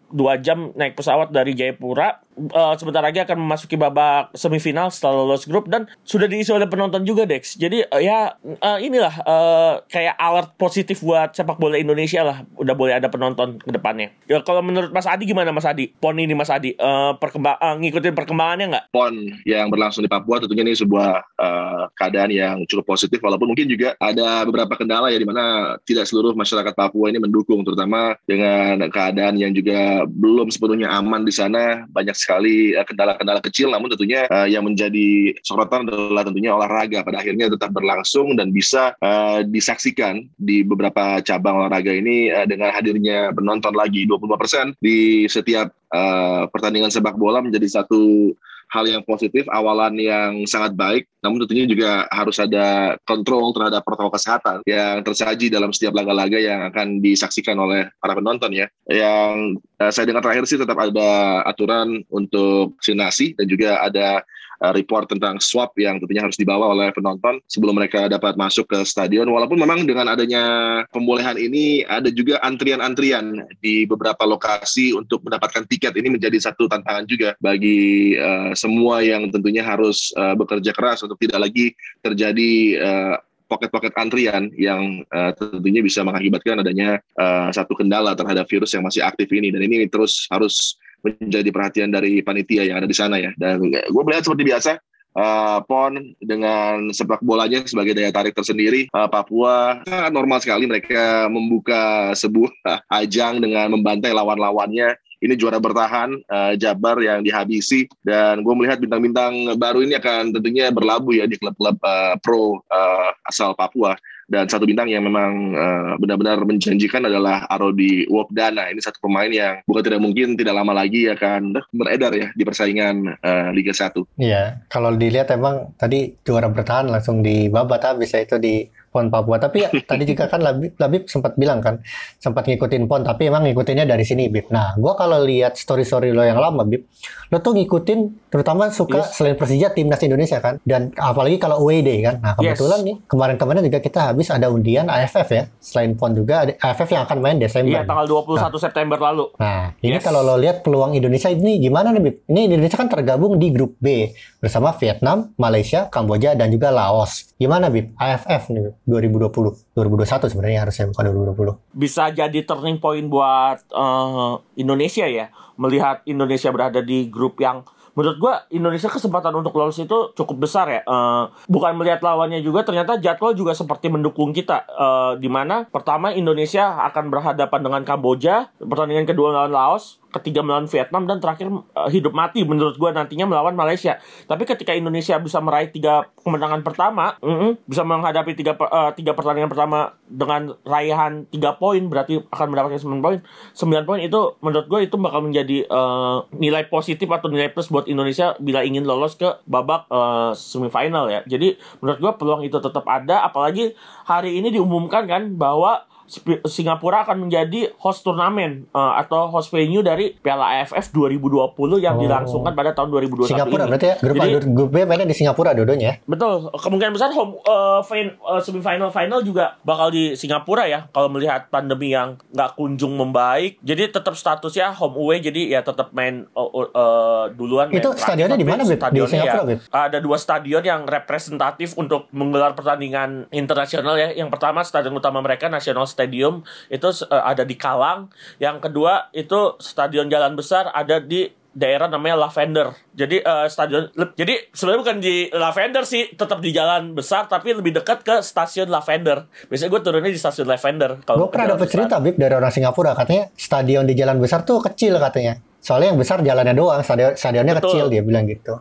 dua jam naik pesawat dari Jayapura. Uh, sebentar lagi akan memasuki babak semifinal setelah lolos grup dan sudah diisi oleh penonton juga, Dex. Jadi uh, ya uh, inilah uh, kayak alert positif buat sepak bola Indonesia lah. Udah boleh ada penonton ke depannya. Ya, kalau menurut Mas Adi gimana Mas Adi? P O N ini Mas Adi uh, perkembang uh, ngikutin perkembangannya nggak? P O N yang berlangsung di Papua tentunya ini sebuah uh, keadaan yang cukup positif, walaupun mungkin juga ada beberapa kendala ya di mana tidak seluruh masyarakat Papua ini mendukung, terutama dengan keadaan yang juga belum sepenuhnya aman di sana. Banyak sekali uh, kendala-kendala kecil, namun tentunya uh, yang menjadi sorotan adalah tentunya olahraga pada akhirnya tetap berlangsung dan bisa uh, disaksikan di beberapa cabang olahraga ini uh, dengan hadirnya penonton lagi dua puluh lima persen di setiap uh, pertandingan sepak bola menjadi satu hal yang positif, awalan yang sangat baik, namun tentunya juga harus ada kontrol terhadap protokol kesehatan yang tersaji dalam setiap laga-laga yang akan disaksikan oleh para penonton ya. Yang uh, saya dengar terakhir sih tetap ada aturan untuk vaksinasi dan juga ada uh, report tentang swab yang tentunya harus dibawa oleh penonton sebelum mereka dapat masuk ke stadion. Walaupun memang dengan adanya pembolehan ini ada juga antrian-antrian di beberapa lokasi untuk mendapatkan tiket. Ini menjadi satu tantangan juga bagi uh, semua yang tentunya harus uh, bekerja keras untuk tidak lagi terjadi uh, pocket-pocket antrian yang uh, tentunya bisa mengakibatkan adanya uh, satu kendala terhadap virus yang masih aktif ini. Dan ini terus harus menjadi perhatian dari panitia yang ada di sana ya. Dan gue melihat seperti biasa, uh, P O N dengan sepak bolanya sebagai daya tarik tersendiri. uh, Papua sangat normal sekali mereka membuka sebuah ajang dengan membantai lawan-lawannya. Ini juara bertahan, uh, Jabar yang dihabisi, dan gue melihat bintang-bintang baru ini akan tentunya berlabuh ya di klub-klub uh, pro uh, asal Papua. Dan satu bintang yang memang uh, benar-benar menjanjikan adalah Arodi Wokdana. Ini satu pemain yang bukan tidak mungkin tidak lama lagi akan beredar ya di persaingan uh, Liga satu. Iya, kalau dilihat emang tadi juara bertahan langsung dibabat habis ya itu di P O N Papua. Tapi ya, tadi juga kan Labib, Labib sempat bilang kan, sempat ngikutin P O N, tapi emang ngikutinnya dari sini, Bib. Nah, gue kalau lihat story-story lo yang lama, Bib, lo tuh ngikutin, terutama suka yes. selain Persija, Timnas Indonesia kan, dan apalagi kalau away day kan. Nah, kebetulan yes. nih, kemarin-kemarin juga kita habis ada undian A F F ya, selain P O N juga, ada A F F yang akan main Desember. Iya, tanggal dua puluh satu nah, September lalu. Nah, ini yes. kalau lo lihat peluang Indonesia ini gimana nih, Bib? Ini Indonesia kan tergabung di grup B, bersama Vietnam, Malaysia, Kamboja, dan juga Laos. Gimana, Bib? A F F nih, dua ribu dua puluh. dua ribu dua puluh satu sebenarnya harusnya, bukan dua ribu dua puluh. Bisa jadi turning point buat uh, Indonesia ya, melihat Indonesia berada di grup yang menurut gue Indonesia kesempatan untuk lolos itu cukup besar ya. Uh, bukan melihat lawannya juga, ternyata jadwal juga seperti mendukung kita. Uh, di mana pertama Indonesia akan berhadapan dengan Kamboja, pertandingan kedua melawan Laos, ketiga melawan Vietnam, dan terakhir uh, hidup mati menurut gue nantinya melawan Malaysia. Tapi ketika Indonesia bisa meraih tiga kemenangan pertama, mm-hmm, bisa menghadapi tiga uh, tiga pertandingan pertama dengan raihan tiga poin, berarti akan mendapatkan sembilan poin. sembilan poin itu menurut gue itu bakal menjadi uh, nilai positif atau nilai plus buat Indonesia bila ingin lolos ke babak uh, semifinal ya. Jadi menurut gue peluang itu tetap ada, apalagi hari ini diumumkan kan bahwa Singapura akan menjadi host turnamen uh, atau host venue dari Piala A F F dua ribu dua puluh yang oh. dilangsungkan pada tahun dua ribu dua puluh satu Singapura ini. Berarti ya grup, Jadi, grup B mainnya di Singapura dua-duanya. Betul, kemungkinan besar home uh, fin, uh, semifinal final juga bakal di Singapura ya kalau melihat pandemi yang nggak kunjung membaik. Jadi tetap statusnya home away, jadi ya tetap main uh, uh, duluan. Itu main stadionnya di mana, Beb? Di Singapura, Beb? Ya, ada dua stadion yang representatif untuk menggelar pertandingan internasional ya. Yang pertama stadion utama mereka National Stadium itu uh, ada di Kalang. Yang kedua itu Stadion Jalan Besar ada di daerah namanya Lavender. Jadi uh, stadion le- jadi sebenarnya bukan di Lavender sih, tetap di Jalan Besar tapi lebih dekat ke stasiun Lavender. Biasanya gue turunnya di stasiun Lavender. Gue pernah dapat cerita, Bib, dari orang Singapura, katanya stadion di Jalan Besar tuh kecil katanya. Soalnya yang besar jalannya doang, stadion stadionnya Betul. kecil, dia bilang gitu.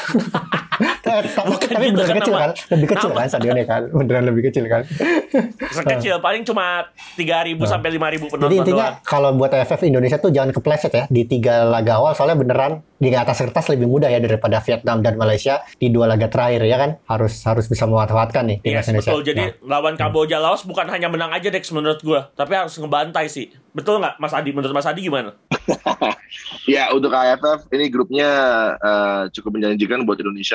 tapi tapi gitu, beneran kecil nama, kan, lebih kecil nama. kan stadionnya kan, beneran lebih kecil kan. Kecil, paling cuma tiga ribu sampai lima ribu penonton. Jadi intinya doang. Kalau buat A F F Indonesia tuh jangan kepleset ya di tiga laga awal, soalnya beneran di atas kertas lebih mudah ya daripada Vietnam dan Malaysia di dua laga terakhir ya kan, harus harus bisa memanfaatkan nih timnas yes, Indonesia. Betul. Jadi nah. lawan Kamboja Laos bukan hanya menang aja Dex menurut gue, tapi harus ngebantai sih. Betul nggak Mas Adi? Menurut Mas Adi gimana? Ya, untuk A F F ini grupnya uh, cukup menjanjikan buat Indonesia untuk bisa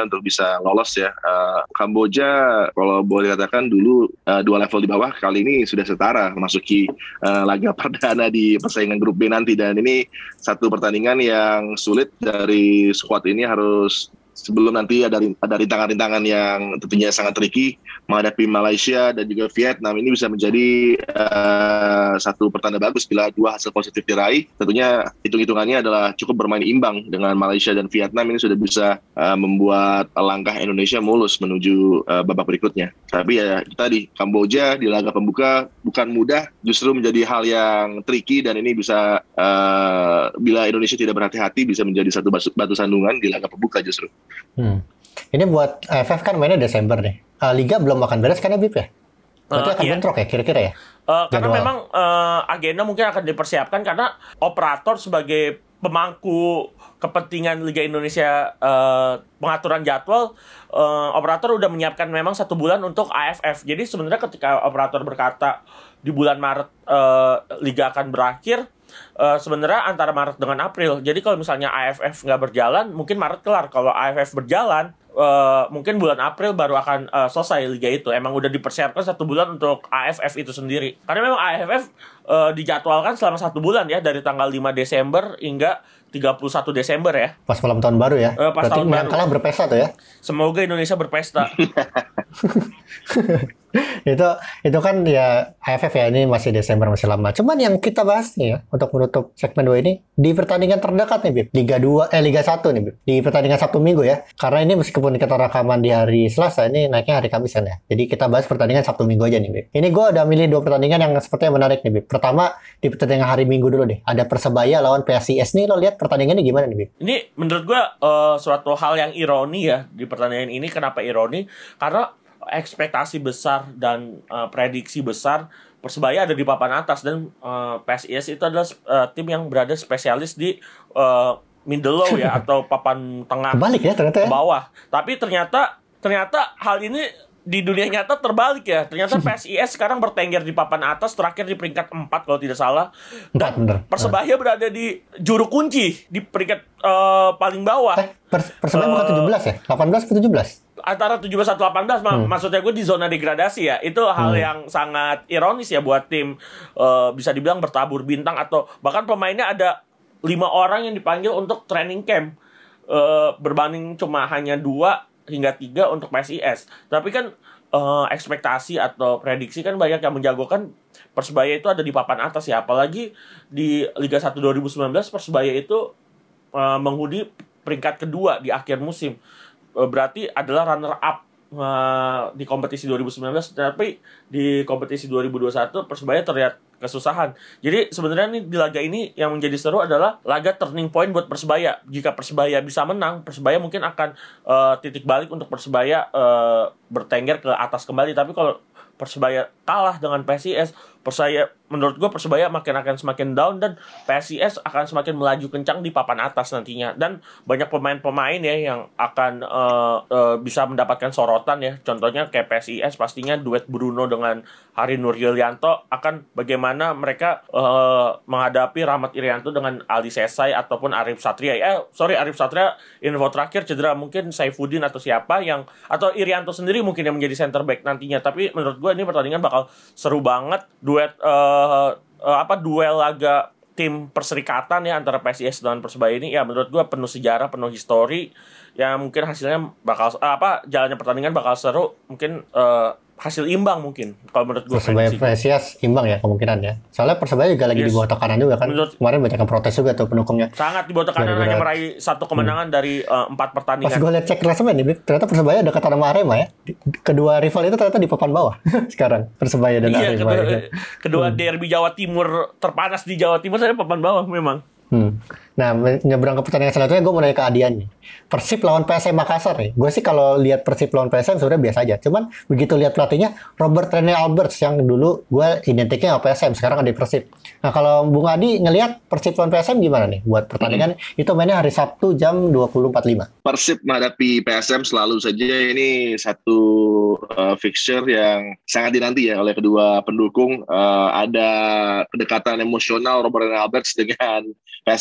bisa lolos ya. Uh, Kamboja kalau boleh dikatakan dulu uh, dua level di bawah, kali ini sudah setara memasuki uh, laga perdana di persaingan grup B nanti, dan ini satu pertandingan yang sulit dari squad ini harus sebelum nanti ada ada rintangan-rintangan yang tentunya sangat tricky menghadapi Malaysia dan juga Vietnam. Ini bisa menjadi uh, satu pertanda bagus bila dua hasil positif diraih. Tentunya hitung-hitungannya adalah cukup bermain imbang dengan Malaysia dan Vietnam. Ini sudah bisa uh, membuat langkah Indonesia mulus menuju uh, babak berikutnya. Tapi ya tadi Kamboja di laga pembuka bukan mudah, justru menjadi hal yang tricky, dan ini bisa uh, bila Indonesia tidak berhati-hati bisa menjadi satu batu sandungan di laga pembuka justru. Hmm. Ini buat A F F kan mainnya Desember nih. Uh, Liga belum makan beres kan ya, Bip ya? Berarti uh, akan iya. bentrok ya kira-kira ya? Uh, karena memang uh, agenda mungkin akan dipersiapkan karena operator sebagai pemangku kepentingan Liga Indonesia uh, pengaturan jadwal, uh, operator udah menyiapkan memang satu bulan untuk A F F. Jadi sebenarnya ketika operator berkata di bulan Maret uh, Liga akan berakhir, Uh, sebenarnya antara Maret dengan April. Jadi kalau misalnya A F F nggak berjalan, mungkin Maret kelar. Kalau A F F berjalan, uh, mungkin bulan April baru akan uh, selesai liga itu. Emang udah dipersiapkan satu bulan untuk A F F itu sendiri. Karena memang A F F uh, dijadwalkan selama satu bulan ya, dari tanggal lima Desember hingga tiga puluh satu Desember ya. Pas malam tahun baru ya. Uh, pas Berarti tahun baru. Kalah berpesta tuh ya. Semoga Indonesia berpesta. itu itu kan ya A F F ya, ini masih Desember, masih lama. Cuman yang kita bahas nih ya untuk menutup segmen dua ini, di pertandingan terdekat nih Bib, Liga dua eh Liga satu nih Bib, di pertandingan Sabtu Minggu ya. Karena ini meskipun kita rekaman di hari Selasa, ini naiknya hari Kamis kan ya. Jadi kita bahas pertandingan Sabtu Minggu aja nih Bib. Ini gue udah milih dua pertandingan yang sepertinya menarik nih Bib. Pertama di pertandingan hari Minggu dulu deh. Ada Persebaya lawan P S I S nih, lo lihat pertandingannya gimana nih Bib? Ini menurut gue uh, suatu hal yang ironi ya di pertandingan ini. Kenapa ironi? Karena ekspektasi besar dan uh, prediksi besar Persebaya ada di papan atas, dan uh, P S I S itu adalah uh, tim yang berada spesialis di uh, middle low ya atau papan tengah Kebalik ya, ternyata ya. Ke bawah. Tapi ternyata ternyata hal ini di dunia nyata terbalik ya. Ternyata P S I S sekarang bertengger di papan atas, terakhir di peringkat empat kalau tidak salah. Dan empat, Persebaya uh. berada di juru kunci di peringkat uh, paling bawah. Eh, Pers- Persebaya uh, bukan tujuh belas ya? delapan belas atau tujuh belas? Antara tujuh belas atau delapan belas, hmm. maksudnya gue di zona degradasi ya. Itu hal hmm. yang sangat ironis ya buat tim uh, bisa dibilang bertabur bintang, atau bahkan pemainnya ada lima orang yang dipanggil untuk training camp uh, berbanding cuma hanya dua hingga tiga untuk P S I S. Tapi kan uh, ekspektasi atau prediksi kan banyak yang menjagokan Persebaya itu ada di papan atas ya. Apalagi di Liga satu dua ribu sembilan belas Persebaya itu uh, menghuni peringkat kedua di akhir musim. Berarti adalah runner up uh, di kompetisi dua ribu sembilan belas, tapi di kompetisi dua ribu dua puluh satu Persebaya terlihat kesusahan. Jadi sebenarnya nih di laga ini yang menjadi seru adalah laga turning point buat Persebaya. Jika Persebaya bisa menang, Persebaya mungkin akan uh, titik balik untuk Persebaya uh, bertengger ke atas kembali. Tapi kalau Persebaya kalah dengan P S I S, Persebaya, menurut gue Persebaya makin akan semakin down, dan P S I S akan semakin melaju kencang di papan atas nantinya. Dan banyak pemain-pemain ya yang akan uh, uh, bisa mendapatkan sorotan ya. Contohnya kayak P S I S pastinya duet Bruno dengan Hari Nur Yulianto, akan bagaimana mereka uh, menghadapi Rahmat Irianto dengan Ali Sesai ataupun Arif Satria. Eh sorry Arif Satria info terakhir cedera, mungkin Saifuddin atau siapa yang, atau Irianto sendiri mungkin yang menjadi center back nantinya. Tapi menurut gue ini pertandingan bakal seru banget. Duet uh, uh, apa duel laga tim perserikatan ya antara P S I S dan Persebaya ini ya menurut gue penuh sejarah, penuh histori. Ya mungkin hasilnya bakal uh, apa jalannya pertandingan bakal seru. Mungkin uh, hasil imbang mungkin kalau menurut gue. Persebaya P S I S imbang ya kemungkinan ya. Soalnya Persebaya juga lagi yes. di bawah tekanan juga kan. Menurut, kemarin banyak yang protes juga tuh pendukungnya. Sangat di bawah tekanan, hanya meraih satu kemenangan hmm. dari uh, empat pertandingan. Pas gue lihat cek klasemen nih, ternyata Persebaya dekat sama Arema ya. Kedua rival itu ternyata di papan bawah sekarang, Persebaya dan iya, Arema. Kedua, ya. kedua hmm. derby Jawa Timur terpanas di Jawa Timur saya papan bawah memang. Hmm. Nah, nyebrang ke pertandingan selanjutnya, gue mau nanya ke Adian nih. Persib lawan P S M Makassar nih. Gue sih kalau lihat Persib lawan P S M sebenarnya biasa aja. Cuman begitu lihat pelatihnya Robert Rene Alberts yang dulu gue identiknya sama P S M, sekarang ada di Persib. Nah, kalau Bung Adi ngelihat Persib lawan P S M gimana nih buat pertandingan hmm. itu mainnya hari Sabtu jam dua puluh empat lima. Persib menghadapi P S M selalu saja ini satu uh, fixture yang sangat dinanti ya oleh kedua pendukung. Uh, ada kedekatan emosional Robert Rene Alberts dengan P S M Makassar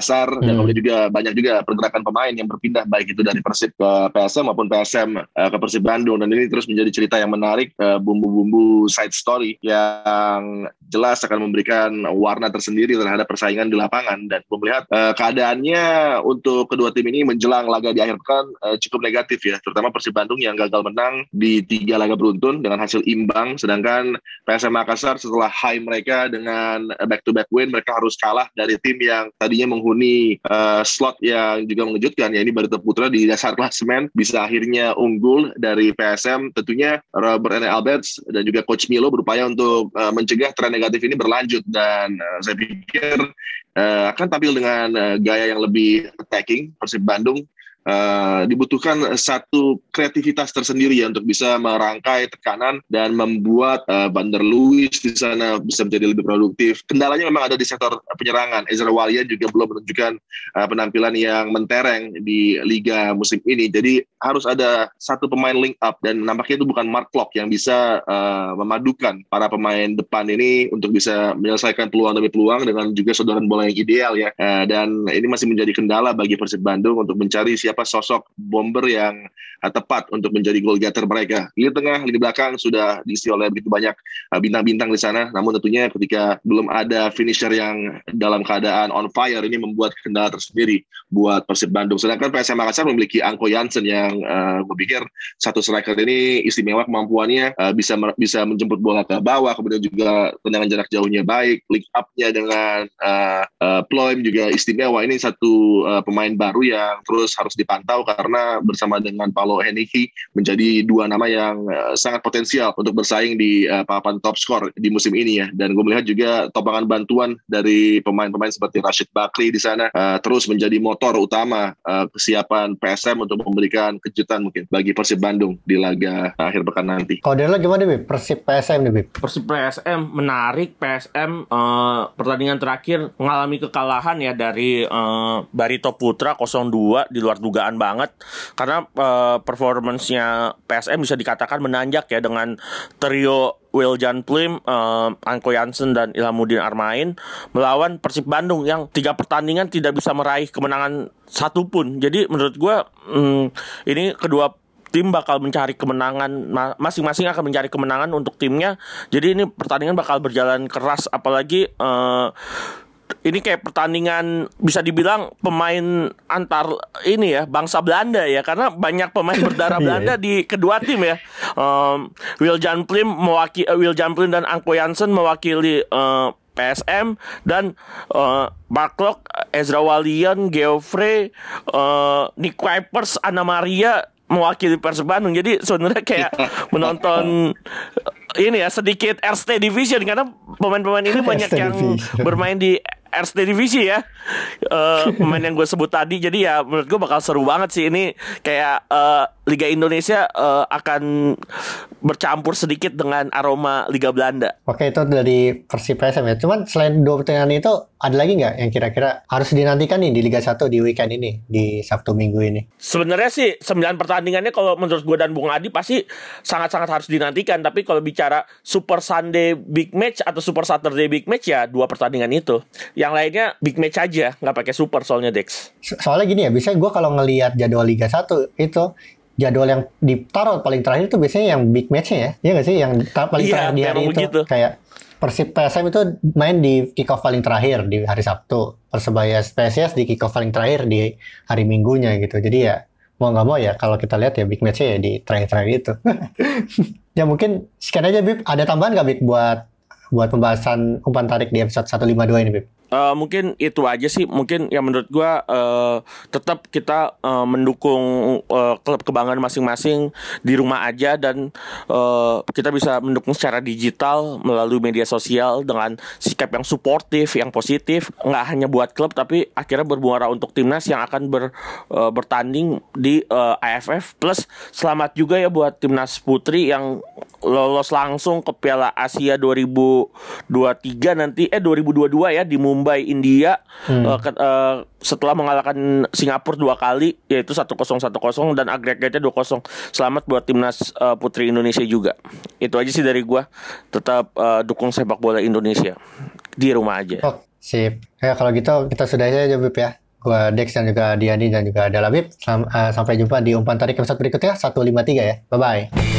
Makassar, hmm. dan kemudian juga banyak juga pergerakan pemain yang berpindah baik itu dari Persib ke P S M maupun P S M uh, ke Persib Bandung, dan ini terus menjadi cerita yang menarik, uh, bumbu-bumbu side story yang jelas akan memberikan warna tersendiri terhadap persaingan di lapangan. Dan gue melihat uh, keadaannya untuk kedua tim ini menjelang laga di akhir pekan uh, cukup negatif ya, terutama Persib Bandung yang gagal menang di tiga laga beruntun dengan hasil imbang, sedangkan P S M Makassar setelah high mereka dengan back to back win, mereka harus kalah dari tim yang tadinya menghuni uh, slot yang juga mengejutkan, ya ini Barito Putra di dasar klasemen bisa akhirnya unggul dari P S M. Tentunya Robert Ene Alberts dan juga Coach Milo berupaya untuk uh, mencegah tren negatif ini berlanjut, dan uh, saya pikir uh, akan tampil dengan uh, gaya yang lebih attacking. Persib Bandung Uh, dibutuhkan satu kreativitas tersendiri ya untuk bisa merangkai tekanan dan membuat uh, Vander Luiz di sana bisa menjadi lebih produktif. Kendalanya memang ada di sektor penyerangan. Ezra Walian juga belum menunjukkan uh, penampilan yang mentereng di Liga musim ini. Jadi harus ada satu pemain link up, dan nampaknya itu bukan Mark Klok yang bisa uh, memadukan para pemain depan ini untuk bisa menyelesaikan peluang demi peluang dengan juga sodoran bola yang ideal ya. Uh, dan ini masih menjadi kendala bagi Persib Bandung untuk mencari siapa sosok bomber yang uh, tepat untuk menjadi goal getter mereka. Lini tengah, lini belakang sudah diisi oleh begitu banyak uh, bintang-bintang di sana. Namun tentunya ketika belum ada finisher yang dalam keadaan on fire, ini membuat kendala tersendiri buat Persib Bandung. Sedangkan P S M Makassar memiliki Anko Jansen yang uh, gue pikir satu striker ini istimewa kemampuannya, uh, bisa bisa menjemput bola ke bawah, kemudian juga tendangan jarak jauhnya baik, link up-nya dengan uh, uh, Ploym juga istimewa. Ini satu uh, pemain baru yang terus harus dipantau karena bersama dengan Paulo Henrique menjadi dua nama yang uh, sangat potensial untuk bersaing di uh, papan top skor di musim ini ya. Dan gue melihat juga topangan bantuan dari pemain-pemain seperti Rashid Bakri di sana uh, terus menjadi motor utama uh, kesiapan P S M untuk memberikan kejutan mungkin bagi Persib Bandung di laga akhir pekan nanti. Kalau dari lo gimana Bib? Persib P S M nih Bib? Persib P S M menarik. P S M uh, pertandingan terakhir mengalami kekalahan ya dari uh, Barito Putra nol dua di luar dugaan banget, karena uh, performance-nya P S M bisa dikatakan menanjak ya dengan trio Wiljan Plim, uh, Anko Jansen dan Ilhamuddin Armain melawan Persib Bandung yang tiga pertandingan tidak bisa meraih kemenangan satupun. Jadi menurut gue hmm, ini kedua tim bakal mencari kemenangan, masing-masing akan mencari kemenangan untuk timnya. Jadi ini pertandingan bakal berjalan keras, apalagi uh, ini kayak pertandingan bisa dibilang pemain antar ini ya, bangsa Belanda ya, karena banyak pemain berdarah Belanda di kedua tim ya. Um, Wiljan Plim mewakili uh, Wiljan Plim dan Anko Jansen mewakili uh, P S M, dan uh, Barklok, Ezra Walian, Geoffrey, uh, Nick Kuipers, Ana Maria mewakili Persib Bandung. Jadi sebenarnya kayak menonton ini ya sedikit Erste Division, karena pemain-pemain ini banyak yang bermain di Erste Divisi ya, uh, pemain yang gue sebut tadi. Jadi ya menurut gue bakal seru banget sih ini, kayak uh, Liga Indonesia uh, akan bercampur sedikit dengan aroma Liga Belanda. Oke, itu dari Persib P S M ya. Cuman selain dua pertandingan itu ada lagi nggak yang kira-kira harus dinantikan nih di Liga satu di weekend ini, di Sabtu Minggu ini? Sebenarnya sih sembilan pertandingannya kalau menurut gue dan Bung Adi pasti sangat-sangat harus dinantikan. Tapi kalau bicara Super Sunday Big Match atau Super Saturday Big Match ya dua pertandingan itu. Yang lainnya big match aja, nggak pakai super soalnya Dex. So- soalnya gini ya, biasanya gue kalau ngelihat jadwal Liga satu itu jadwal yang ditaruh paling terakhir itu biasanya yang big match-nya ya. Iya nggak sih? Yang ta- paling Iya, terakhir di hari memang itu. begitu. Kayak Persib P S M itu main di kick off paling terakhir di hari Sabtu. Persebaya P S S di kick off paling terakhir di hari Minggunya gitu. Jadi ya mau nggak mau ya kalau kita lihat ya big match-nya ya di terakhir-terakhir itu. Ya mungkin sekian aja Bib. Ada tambahan nggak Bib buat buat pembahasan umpan tarik di episode seratus lima puluh dua ini Bib? Uh, mungkin itu aja sih. Mungkin yang menurut gue uh, tetap kita uh, mendukung uh, klub kebanggaan masing-masing di rumah aja, dan uh, kita bisa mendukung secara digital melalui media sosial dengan sikap yang suportif, yang positif, nggak hanya buat klub tapi akhirnya bermuara untuk timnas yang akan ber, uh, bertanding di uh, A F F. Plus selamat juga ya buat timnas putri yang lolos langsung ke Piala Asia dua ribu dua puluh tiga nanti eh dua ribu dua puluh dua ya di Mumbai, India, hmm. uh, ke, uh, setelah mengalahkan Singapura dua kali, yaitu satu kosong satu kosong dan agregatnya dua kosong. Selamat buat timnas uh, putri Indonesia juga. Itu aja sih dari gua. Tetap uh, dukung sepak bola Indonesia di rumah aja. Oh, sip. Ya kalau gitu kita sudahi aja Bib ya. Gua Dex dan juga Diani dan juga Dalabib. Sam- uh, sampai jumpa di umpan tarik episode berikutnya seratus lima puluh tiga ya. Bye bye.